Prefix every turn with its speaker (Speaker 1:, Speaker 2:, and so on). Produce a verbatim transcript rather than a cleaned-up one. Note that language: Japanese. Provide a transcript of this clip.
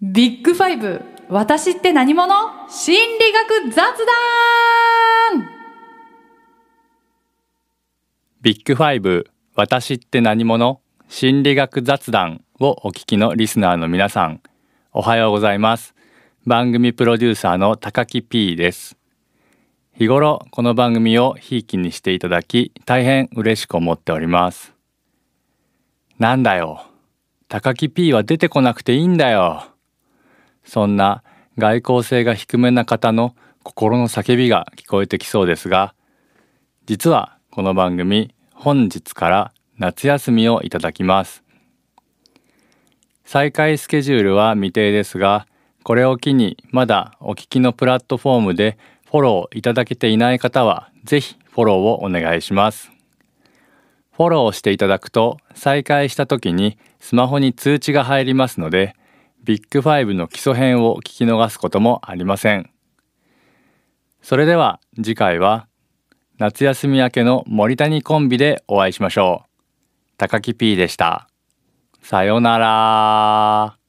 Speaker 1: ビッグファイブ、私って何者？心理学雑談。
Speaker 2: ビッグファイブ、私って何者？心理学雑談をお聞きのリスナーの皆さん、おはようございます。番組プロデューサーの高木 P です。日頃この番組をひいきにしていただき、大変嬉しく思っております。なんだよ、高木 P は出てこなくていいんだよ。そんな外交性が低めな方の心の叫びが聞こえてきそうですが、実はこの番組、本日から夏休みをいただきます。再開スケジュールは未定ですが、これを機にまだお聞きのプラットフォームでフォローいただけていない方は、ぜひフォローをお願いします。フォローしていただくと、再開した時にスマホに通知が入りますので、ビッグファイブの基礎編を聞き逃すこともありません。それでは次回は夏休み明けの森谷コンビでお会いしましょう。高木 P でした。さようなら。